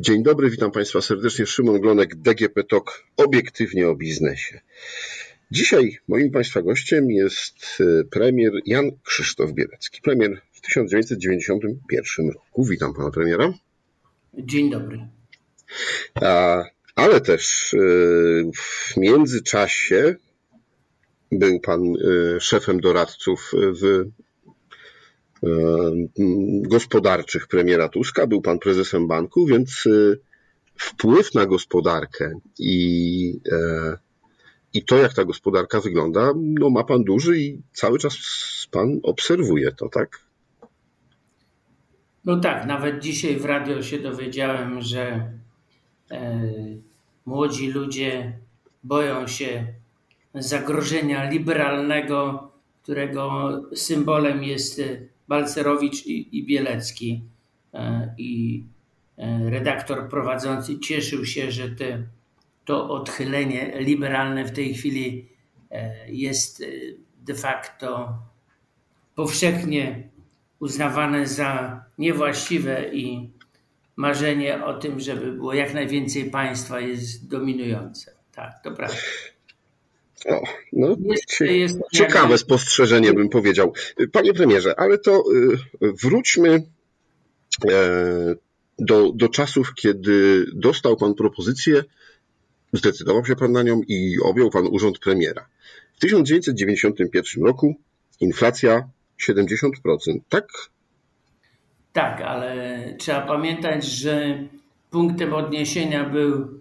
Dzień dobry, witam Państwa serdecznie. Szymon Glonek, DGP Talk, obiektywnie o biznesie. Dzisiaj moim Państwa gościem jest premier Jan Krzysztof Bielecki. Premier w 1991 roku. Witam Pana Premiera. Dzień dobry. Ale też w międzyczasie był Pan szefem doradców gospodarczych premiera Tuska, był Pan prezesem banku, więc wpływ na gospodarkę i to, jak ta gospodarka wygląda, no ma Pan duży i cały czas Pan obserwuje to, tak? No tak, nawet dzisiaj w radio się dowiedziałem, że młodzi ludzie boją się zagrożenia liberalnego, którego symbolem jest Balcerowicz i Bielecki. I redaktor prowadzący cieszył się, że to odchylenie liberalne w tej chwili jest de facto powszechnie uznawane za niewłaściwe i marzenie o tym, żeby było jak najwięcej państwa, jest dominujące. Tak, to prawda. Ciekawe spostrzeżenie, bym powiedział. Panie premierze, ale to wróćmy do czasów, kiedy dostał Pan propozycję, zdecydował się Pan na nią i objął Pan urząd premiera. W 1991 roku inflacja 70%, tak? Tak, ale trzeba pamiętać, że punktem odniesienia był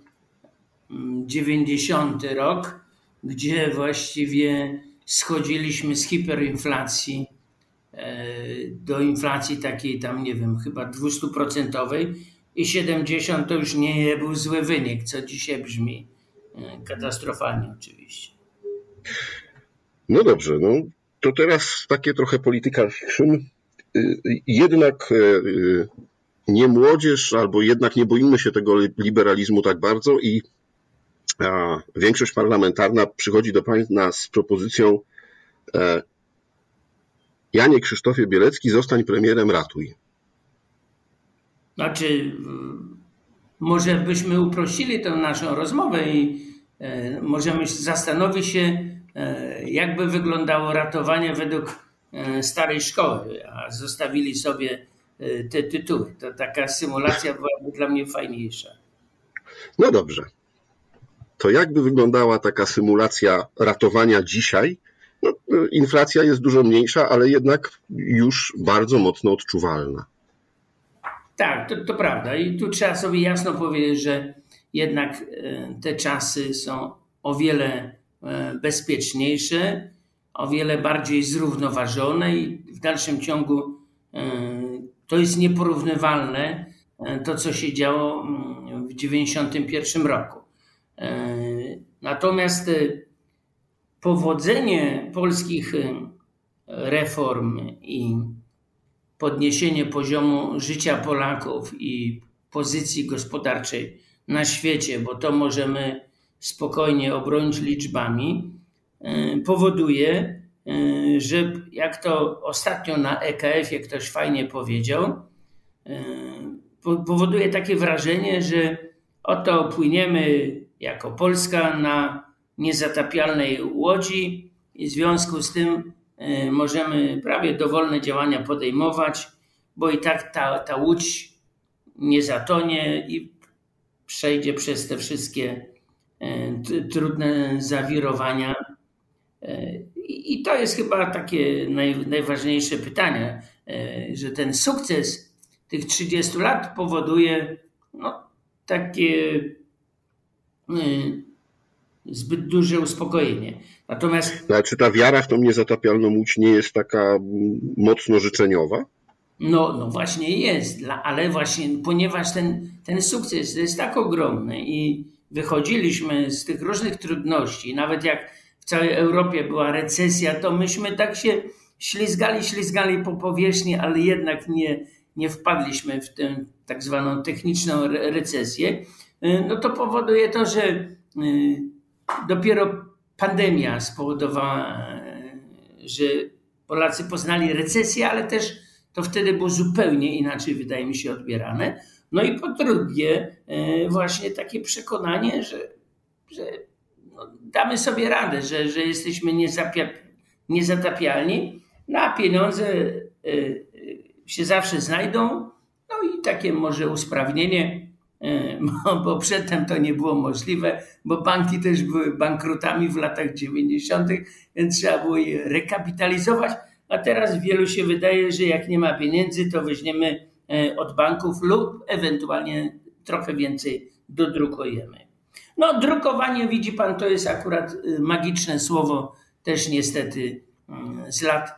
90 rok, gdzie właściwie schodziliśmy z hiperinflacji do inflacji takiej tam, nie wiem, chyba 200% i 70 to już nie był zły wynik, co dzisiaj brzmi katastrofalnie oczywiście. No dobrze, no to teraz takie trochę polityka fiction. Jednak nie młodzież, albo jednak nie boimy się tego liberalizmu tak bardzo i większość parlamentarna przychodzi do Państwa z propozycją: Janie Krzysztofie Bielecki, zostań premierem, ratuj. Znaczy, może byśmy uprościli tę naszą rozmowę i możemy zastanowić się, jakby wyglądało ratowanie według starej szkoły, a zostawili sobie te tytuły. To taka symulacja byłaby dla mnie fajniejsza. No dobrze. To jakby wyglądała taka symulacja ratowania dzisiaj? No, inflacja jest dużo mniejsza, ale jednak już bardzo mocno odczuwalna. Tak, to prawda. I tu trzeba sobie jasno powiedzieć, że jednak te czasy są o wiele bezpieczniejsze, o wiele bardziej zrównoważone i w dalszym ciągu to jest nieporównywalne to, co się działo w 1991 roku. Natomiast powodzenie polskich reform i podniesienie poziomu życia Polaków i pozycji gospodarczej na świecie, bo to możemy spokojnie obronić liczbami, powoduje, że jak to ostatnio na EKF-ie ktoś fajnie powiedział, powoduje takie wrażenie, że oto płyniemy jako Polska na niezatapialnej łodzi i w związku z tym możemy prawie dowolne działania podejmować, bo i tak ta łódź nie zatonie i przejdzie przez te wszystkie trudne zawirowania. I to jest chyba takie najważniejsze pytanie, że ten sukces tych 30 lat powoduje takie zbyt duże uspokojenie. Natomiast czy ta wiara w tą niezatapialną łódź nie jest taka mocno życzeniowa? No właśnie jest, ale właśnie ponieważ ten sukces jest tak ogromny i wychodziliśmy z tych różnych trudności, nawet jak w całej Europie była recesja, to myśmy tak się ślizgali po powierzchni, ale jednak nie wpadliśmy w tę tak zwaną techniczną recesję. No to powoduje to, że dopiero pandemia spowodowała, że Polacy poznali recesję, ale też to wtedy było zupełnie inaczej, wydaje mi się, odbierane. No i po drugie właśnie takie przekonanie, że no, damy sobie radę, że jesteśmy niezatapialni, no a pieniądze się zawsze znajdą. No i takie może usprawnienie, bo przedtem to nie było możliwe, bo banki też były bankrutami w latach 90., więc trzeba było je rekapitalizować, a teraz wielu się wydaje, że jak nie ma pieniędzy, to weźmiemy od banków lub ewentualnie trochę więcej dodrukujemy. No drukowanie, widzi pan, to jest akurat magiczne słowo, też niestety z lat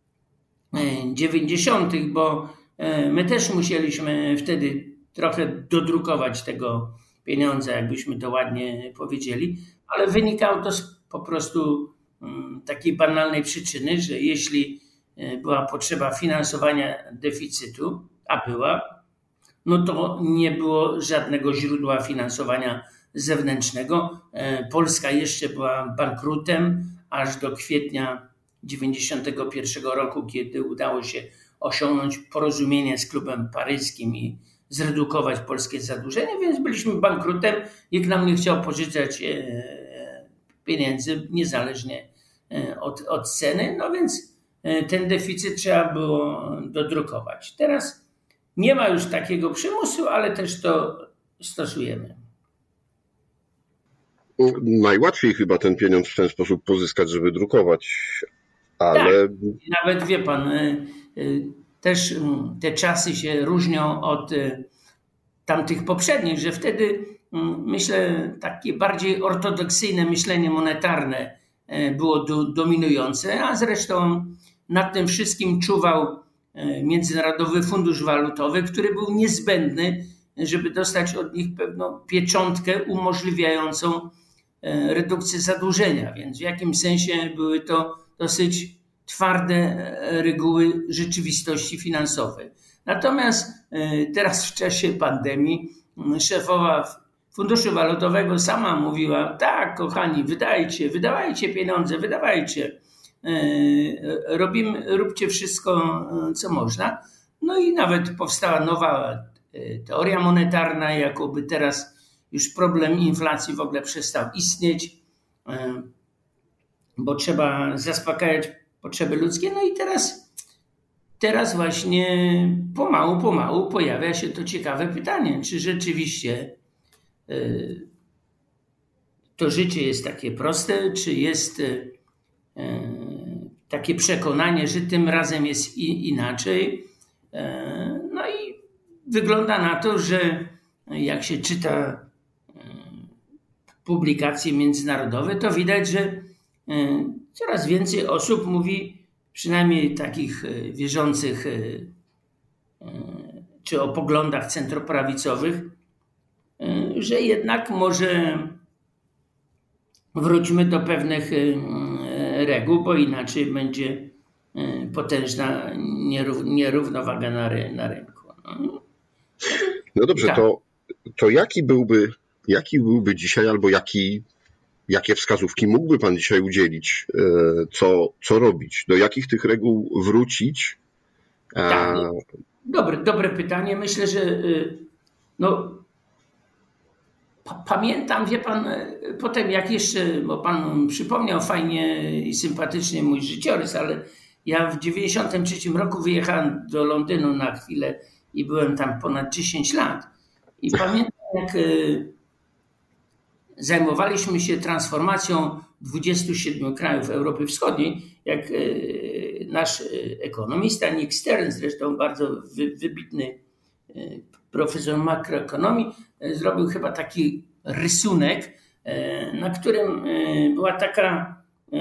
90., bo my też musieliśmy wtedy trochę dodrukować tego pieniądza, jakbyśmy to ładnie powiedzieli, ale wynikało to po prostu takiej banalnej przyczyny, że jeśli była potrzeba finansowania deficytu, a była, no to nie było żadnego źródła finansowania zewnętrznego. Polska jeszcze była bankrutem aż do kwietnia 1991 roku, kiedy udało się osiągnąć porozumienie z klubem paryskim i zredukować polskie zadłużenie, więc byliśmy bankrutem. Nikt nam nie chciał pożyczać pieniędzy niezależnie od ceny, no więc ten deficyt trzeba było dodrukować. Teraz nie ma już takiego przymusu, ale też to stosujemy. Najłatwiej chyba ten pieniądz w ten sposób pozyskać, żeby drukować, ale... Tak, nawet wie pan, też te czasy się różnią od tamtych poprzednich, że wtedy myślę takie bardziej ortodoksyjne myślenie monetarne było dominujące, a zresztą nad tym wszystkim czuwał Międzynarodowy Fundusz Walutowy, który był niezbędny, żeby dostać od nich pewną pieczątkę umożliwiającą redukcję zadłużenia, więc w jakimś sensie były to dosyć twarde reguły rzeczywistości finansowej. Natomiast teraz w czasie pandemii szefowa Funduszu Walutowego sama mówiła: tak, kochani, wydawajcie pieniądze, wydawajcie. Róbcie wszystko, co można. No i nawet powstała nowa teoria monetarna, jakoby teraz już problem inflacji w ogóle przestał istnieć, bo trzeba zaspokajać potrzeby ludzkie. No i teraz właśnie pomału pojawia się to ciekawe pytanie, czy rzeczywiście to życie jest takie proste, czy jest takie przekonanie, że tym razem jest inaczej. No i wygląda na to, że jak się czyta publikacje międzynarodowe, to widać, że coraz więcej osób mówi, przynajmniej takich wierzących czy o poglądach centroprawicowych, że jednak może wróćmy do pewnych reguł, bo inaczej będzie potężna nierównowaga na rynku. No dobrze, tak. to jaki byłby dzisiaj, albo jakie wskazówki mógłby pan dzisiaj udzielić, co robić, do jakich tych reguł wrócić? Tak, dobre pytanie. Myślę, że pamiętam, wie pan, potem jak jeszcze, bo pan przypomniał fajnie i sympatycznie mój życiorys, ale ja w 1993 roku wyjechałem do Londynu na chwilę i byłem tam ponad 10 lat. I pamiętam, jak zajmowaliśmy się transformacją 27 krajów Europy Wschodniej, jak nasz ekonomista Nick Stern, zresztą bardzo wybitny profesor makroekonomii, zrobił chyba taki rysunek, na którym była taka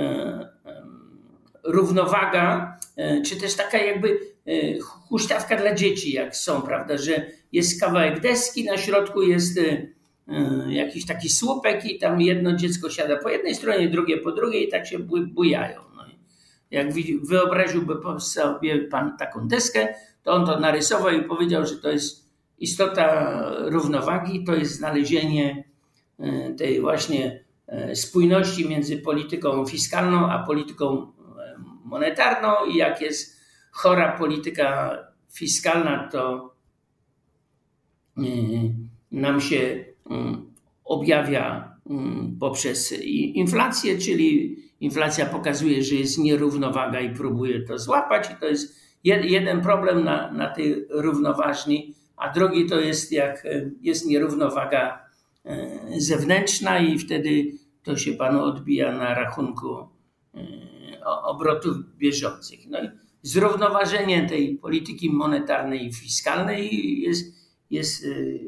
równowaga, czy też taka jakby huśtawka dla dzieci, jak są, prawda, że jest kawałek deski, na środku jest jakiś taki słupek i tam jedno dziecko siada po jednej stronie, drugie po drugiej i tak się bujają. No i jak wyobraziłby sobie pan taką deskę, to on to narysował i powiedział, że to jest istota równowagi, to jest znalezienie tej właśnie spójności między polityką fiskalną a polityką monetarną i jak jest chora polityka fiskalna, to nam się objawia poprzez inflację, czyli inflacja pokazuje, że jest nierównowaga i próbuje to złapać. I to jest jeden problem na tej równoważni, a drugi to jest, jak jest nierównowaga zewnętrzna i wtedy to się panu odbija na rachunku obrotów bieżących. No i zrównoważenie tej polityki monetarnej i fiskalnej jest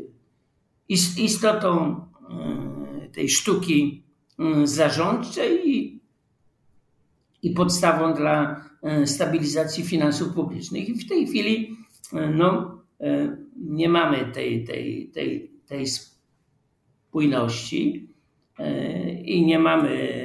istotą tej sztuki zarządczej i podstawą dla stabilizacji finansów publicznych. I w tej chwili nie mamy tej spójności i nie mamy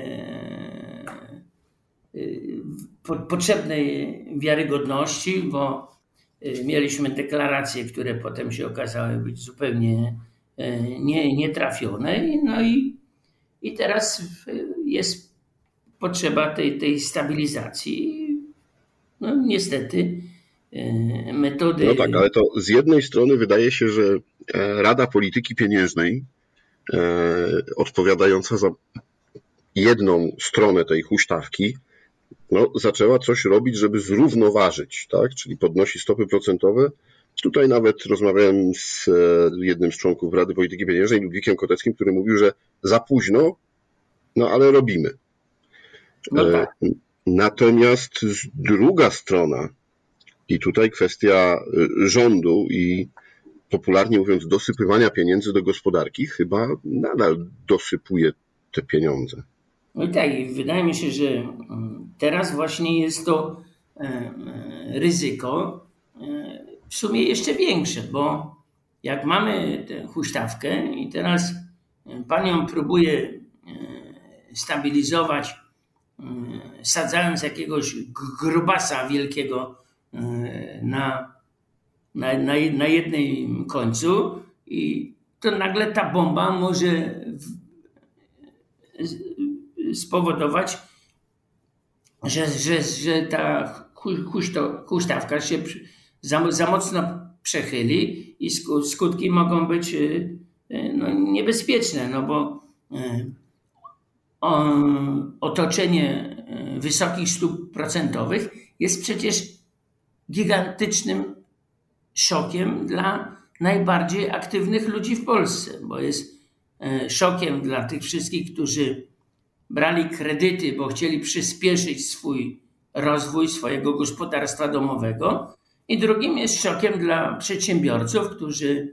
potrzebnej wiarygodności, bo mieliśmy deklaracje, które potem się okazały być zupełnie nietrafione. No i teraz jest potrzeba tej stabilizacji. No niestety metody... No tak, ale to z jednej strony wydaje się, że Rada Polityki Pieniężnej odpowiadająca za jedną stronę tej huśtawki, zaczęła coś robić, żeby zrównoważyć, tak? Czyli podnosi stopy procentowe. Tutaj nawet rozmawiałem z jednym z członków Rady Polityki Pieniężnej, Ludwikiem Koteckim, który mówił, że za późno, ale robimy. No tak. Natomiast druga strona, i tutaj kwestia rządu i popularnie mówiąc dosypywania pieniędzy do gospodarki, chyba nadal dosypuje te pieniądze. No i tak, wydaje mi się, że teraz właśnie jest to ryzyko w sumie jeszcze większe, bo jak mamy tę huśtawkę i teraz pan ją próbuje stabilizować, sadzając jakiegoś grubasa wielkiego na jednym końcu, i to nagle ta bomba może spowodować, że ta huśtawka się za mocno przechyli i skutki mogą być niebezpieczne, bo otoczenie wysokich stóp procentowych jest przecież gigantycznym szokiem dla najbardziej aktywnych ludzi w Polsce, bo jest szokiem dla tych wszystkich, którzy brali kredyty, bo chcieli przyspieszyć swój rozwój swojego gospodarstwa domowego, i drugim jest szokiem dla przedsiębiorców, którzy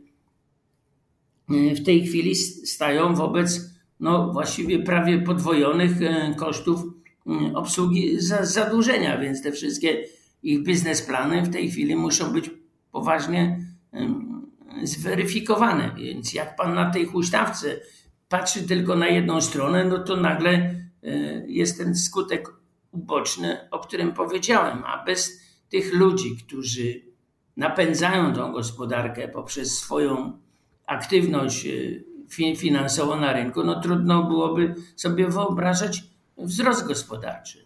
w tej chwili stają wobec właściwie prawie podwojonych kosztów obsługi zadłużenia, więc te wszystkie ich biznesplany w tej chwili muszą być poważnie zweryfikowane. Więc jak pan na tej huśtawce patrzy tylko na jedną stronę, to nagle jest ten skutek uboczny, o którym powiedziałem, a bez tych ludzi, którzy napędzają tą gospodarkę poprzez swoją aktywność finansową na rynku, trudno byłoby sobie wyobrażać wzrost gospodarczy.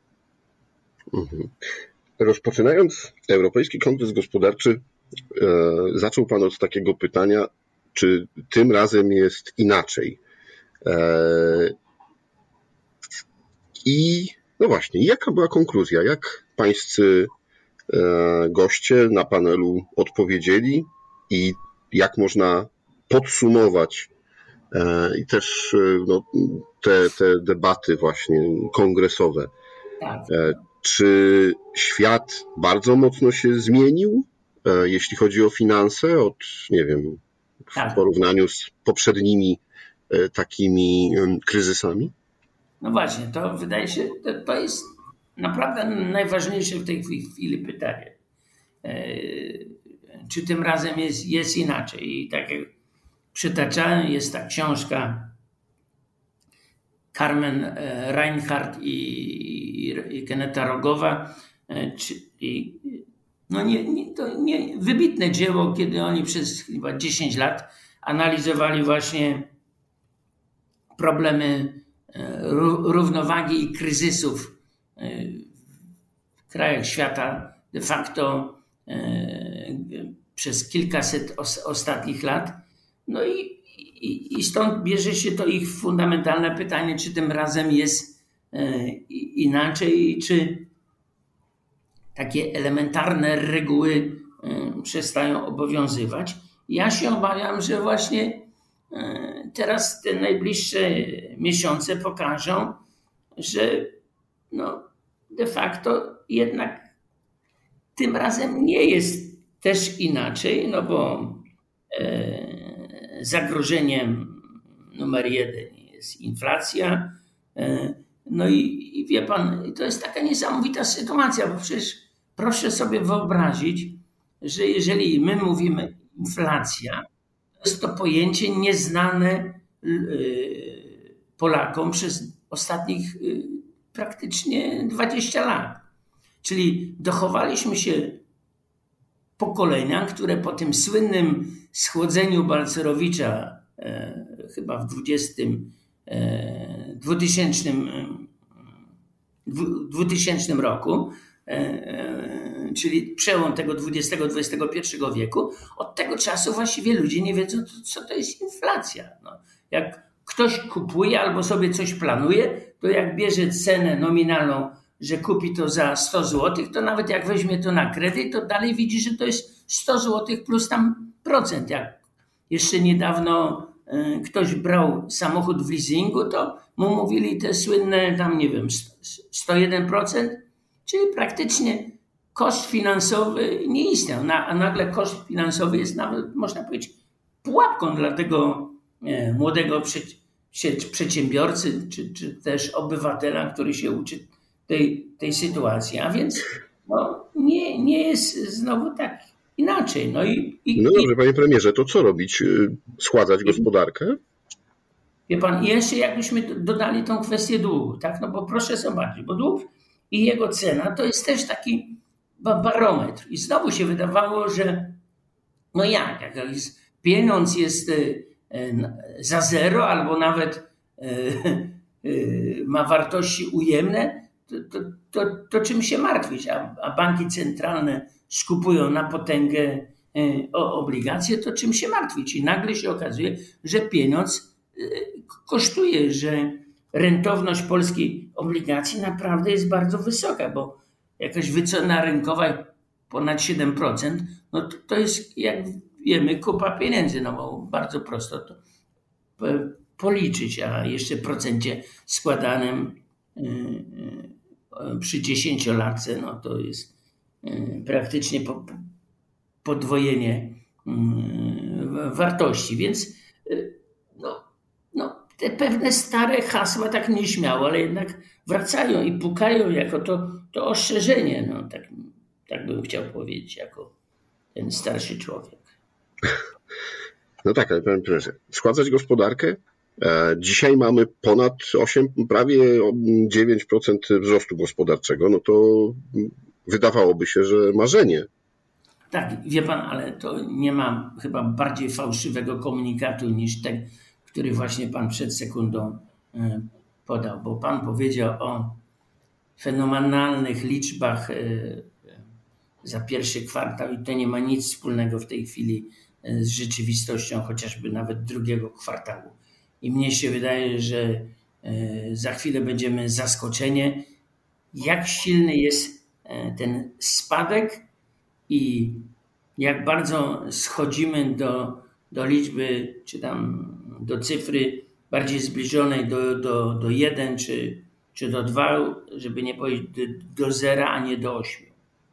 Rozpoczynając Europejski Kongres Gospodarczy, zaczął pan od takiego pytania, czy tym razem jest inaczej. I właśnie, jaka była konkluzja? Jak pańscy goście na panelu odpowiedzieli i jak można podsumować i też te debaty właśnie kongresowe? Tak. Czy świat bardzo mocno się zmienił, jeśli chodzi o finanse, w porównaniu z poprzednimi takimi kryzysami? No właśnie, to wydaje się, to jest naprawdę najważniejsze w tej chwili pytanie. Czy tym razem jest inaczej? I tak jak przytaczałem, jest ta książka Carmen Reinhardt i Kenneta Rogowa, wybitne dzieło, kiedy oni przez chyba 10 lat analizowali właśnie problemy równowagi i kryzysów w krajach świata de facto przez kilkaset ostatnich lat. No i stąd bierze się to ich fundamentalne pytanie, czy tym razem jest inaczej i czy takie elementarne reguły przestają obowiązywać. Ja się obawiam, że właśnie teraz te najbliższe miesiące pokażą, że no de facto jednak tym razem nie jest też inaczej, no bo zagrożeniem numer jeden jest inflacja. No i wie pan, to jest taka niesamowita sytuacja, bo przecież proszę sobie wyobrazić, że jeżeli my mówimy inflacja, to jest to pojęcie nieznane Polakom przez ostatnich praktycznie 20 lat. Czyli dochowaliśmy się pokolenia, które po tym słynnym schłodzeniu Balcerowicza chyba w 2000 roku, czyli przełom tego XX-XXI wieku, od tego czasu właściwie ludzie nie wiedzą, co to jest inflacja. No, jak ktoś kupuje albo sobie coś planuje, to jak bierze cenę nominalną, że kupi to za 100 zł, to nawet jak weźmie to na kredyt, to dalej widzi, że to jest 100 zł plus tam procent. Jak jeszcze niedawno ktoś brał samochód w leasingu, to mu mówili te słynne tam, nie wiem, 101%, czyli praktycznie koszt finansowy nie istniał, a nagle koszt finansowy jest nawet, można powiedzieć, pułapką dla tego młodego przedsiębiorcy, czy też obywatela, który się uczy tej sytuacji. A więc no, nie jest znowu tak inaczej. No dobrze, panie premierze, to co robić? Schładzać gospodarkę? Wie pan, jeszcze jakbyśmy dodali tą kwestię długu, tak? No bo proszę zobaczyć, bo dług i jego cena to jest też taki barometr. I znowu się wydawało, że no jak pieniądz jest za zero albo nawet ma wartości ujemne, to czym się martwić? A banki centralne skupują na potęgę obligacje, to czym się martwić? I nagle się okazuje, że pieniądz kosztuje, że rentowność polskiej obligacji naprawdę jest bardzo wysoka, bo jakaś wycena rynkowa ponad 7%, no to jest, jak wiemy, kupa pieniędzy, no bo bardzo prosto to policzyć, a jeszcze procencie składanym przy 10-latce, no to jest praktycznie podwojenie wartości, więc no, te pewne stare hasła tak nieśmiało, ale jednak wracają i pukają jako to ostrzeżenie, no tak bym chciał powiedzieć, jako ten starszy człowiek. No tak, ale panie premierze, schładzać gospodarkę? Dzisiaj mamy ponad 8, prawie 9% wzrostu gospodarczego, no to wydawałoby się, że marzenie. Tak, wie pan, ale to nie ma chyba bardziej fałszywego komunikatu niż ten, który właśnie pan przed sekundą podał, bo pan powiedział o fenomenalnych liczbach za pierwszy kwartał i to nie ma nic wspólnego w tej chwili z rzeczywistością, chociażby nawet drugiego kwartału. I mnie się wydaje, że za chwilę będziemy zaskoczeni, jak silny jest ten spadek i jak bardzo schodzimy do liczby, czy tam do cyfry bardziej zbliżonej do 1 czy do 2, żeby nie powiedzieć do 0, a nie do 8.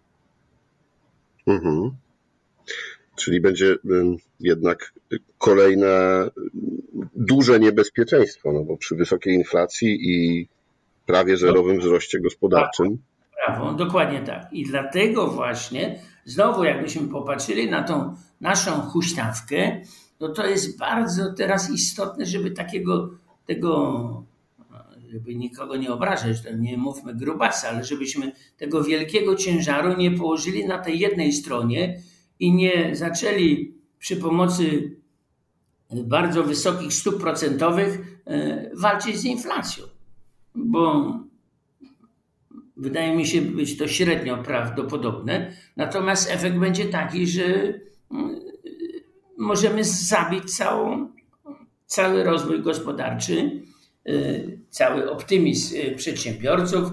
Mhm. Czyli będzie jednak kolejne duże niebezpieczeństwo, no bo przy wysokiej inflacji i prawie zerowym wzroście gospodarczym. Brawo, dokładnie tak. I dlatego właśnie, znowu jakbyśmy popatrzyli na tą naszą huśtawkę, to jest bardzo teraz istotne, żeby żeby nikogo nie obrażać, to nie mówmy grubasa, ale żebyśmy tego wielkiego ciężaru nie położyli na tej jednej stronie i nie zaczęli przy pomocy bardzo wysokich stóp procentowych walczyć z inflacją. Bo wydaje mi się być to średnio prawdopodobne, natomiast efekt będzie taki, że możemy zabić cały rozwój gospodarczy, cały optymizm przedsiębiorców,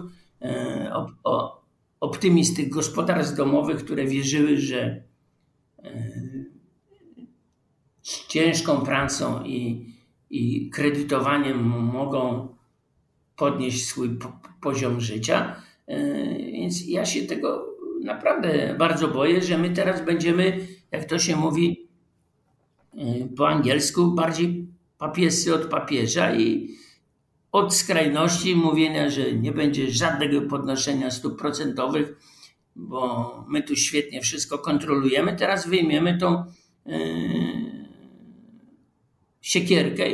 optymizm tych gospodarstw domowych, które wierzyły, że z ciężką pracą i kredytowaniem mogą podnieść swój poziom życia. Więc ja się tego naprawdę bardzo boję, że my teraz będziemy, jak to się mówi po angielsku, bardziej papiescy od papieża i od skrajności mówienia, że nie będzie żadnego podnoszenia stóp procentowych, bo my tu świetnie wszystko kontrolujemy. Teraz wyjmiemy tą siekierkę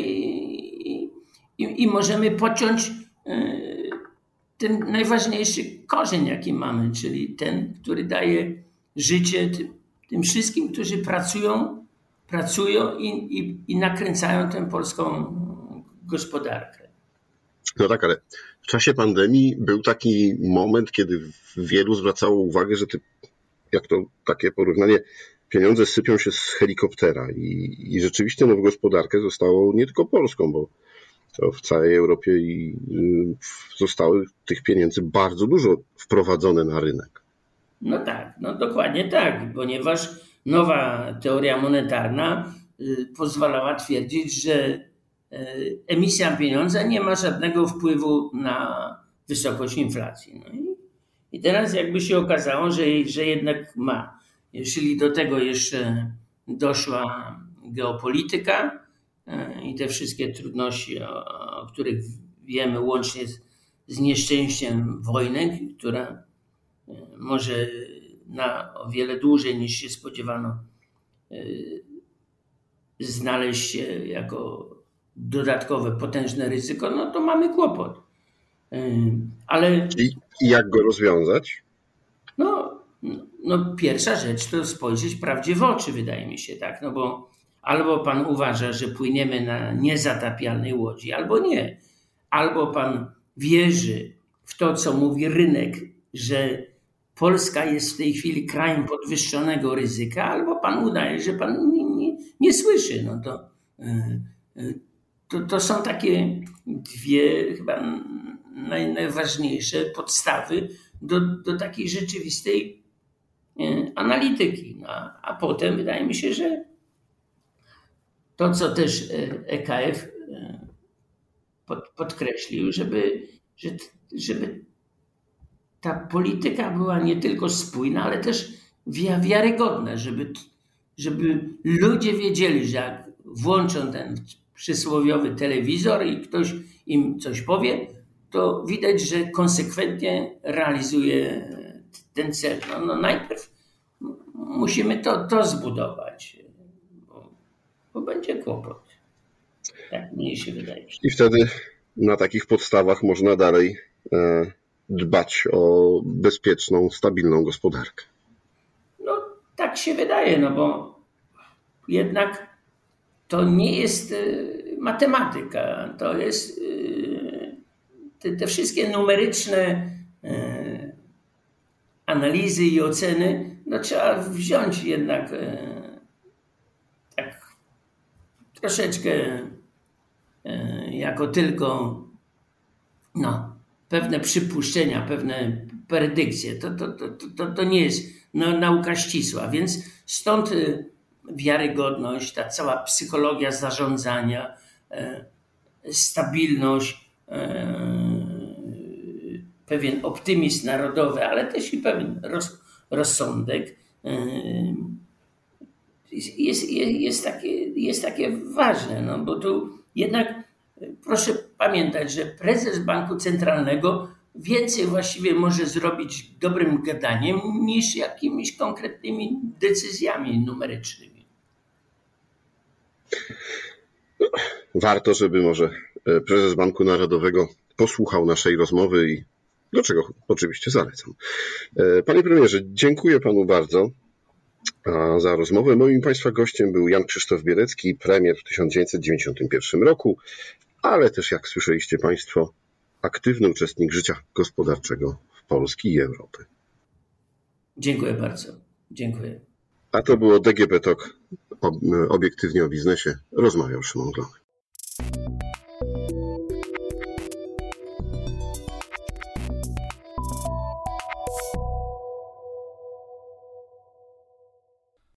i możemy pociąć ten najważniejszy korzeń, jaki mamy, czyli ten, który daje życie tym wszystkim, którzy pracują i nakręcają tę polską gospodarkę. No tak, ale w czasie pandemii był taki moment, kiedy wielu zwracało uwagę, że jak to takie porównanie, pieniądze sypią się z helikoptera i rzeczywiście w gospodarkę zostało nie tylko Polską, bo to w całej Europie i zostały tych pieniędzy bardzo dużo wprowadzone na rynek. No tak, no dokładnie tak, ponieważ nowa teoria monetarna pozwalała twierdzić, że emisja pieniądza nie ma żadnego wpływu na wysokość inflacji. No i teraz jakby się okazało, że jednak ma. Jeśli do tego jeszcze doszła geopolityka i te wszystkie trudności, o których wiemy, łącznie z nieszczęściem wojny, która może na o wiele dłużej niż się spodziewano znaleźć się jako dodatkowe, potężne ryzyko, no to mamy kłopot. Ale I jak go rozwiązać? No pierwsza rzecz to spojrzeć prawdzie w oczy, wydaje mi się, tak, no bo albo pan uważa, że płyniemy na niezatapialnej łodzi, albo nie. Albo pan wierzy w to, co mówi rynek, że Polska jest w tej chwili krajem podwyższonego ryzyka, albo pan udaje, że pan nie słyszy. No to są takie dwie chyba najważniejsze podstawy do takiej rzeczywistej analityki. No, a potem wydaje mi się, że to, co też EKF podkreślił, żeby ta polityka była nie tylko spójna, ale też wiarygodna, żeby ludzie wiedzieli, że jak włączą ten przysłowiowy telewizor i ktoś im coś powie, to widać, że konsekwentnie realizuje ten cel. No najpierw musimy to zbudować, bo będzie kłopot. Tak mnie się wydaje. I wtedy na takich podstawach można dalej dbać o bezpieczną, stabilną gospodarkę. No tak się wydaje, no bo jednak to nie jest matematyka, to jest te wszystkie numeryczne analizy i oceny, no trzeba wziąć jednak tak troszeczkę jako tylko pewne przypuszczenia, pewne predykcje. To nie jest nauka ścisła, więc stąd wiarygodność, ta cała psychologia zarządzania, stabilność, pewien optymizm narodowy, ale też i pewien rozsądek jest takie ważne, no bo tu jednak proszę pamiętać, że prezes Banku Centralnego więcej właściwie może zrobić dobrym gadaniem niż jakimiś konkretnymi decyzjami numerycznymi. Warto, żeby może prezes Banku Narodowego posłuchał naszej rozmowy i do czego oczywiście zalecam. Panie premierze, dziękuję panu bardzo za rozmowę. Moim państwa gościem był Jan Krzysztof Bierecki, premier w 1991 roku, ale też, jak słyszeliście państwo, aktywny uczestnik życia gospodarczego w Polski i Europy. Dziękuję bardzo. Dziękuję. A to było DGP Talk, obiektywnie o biznesie. Rozmawiał Szymon Glonek.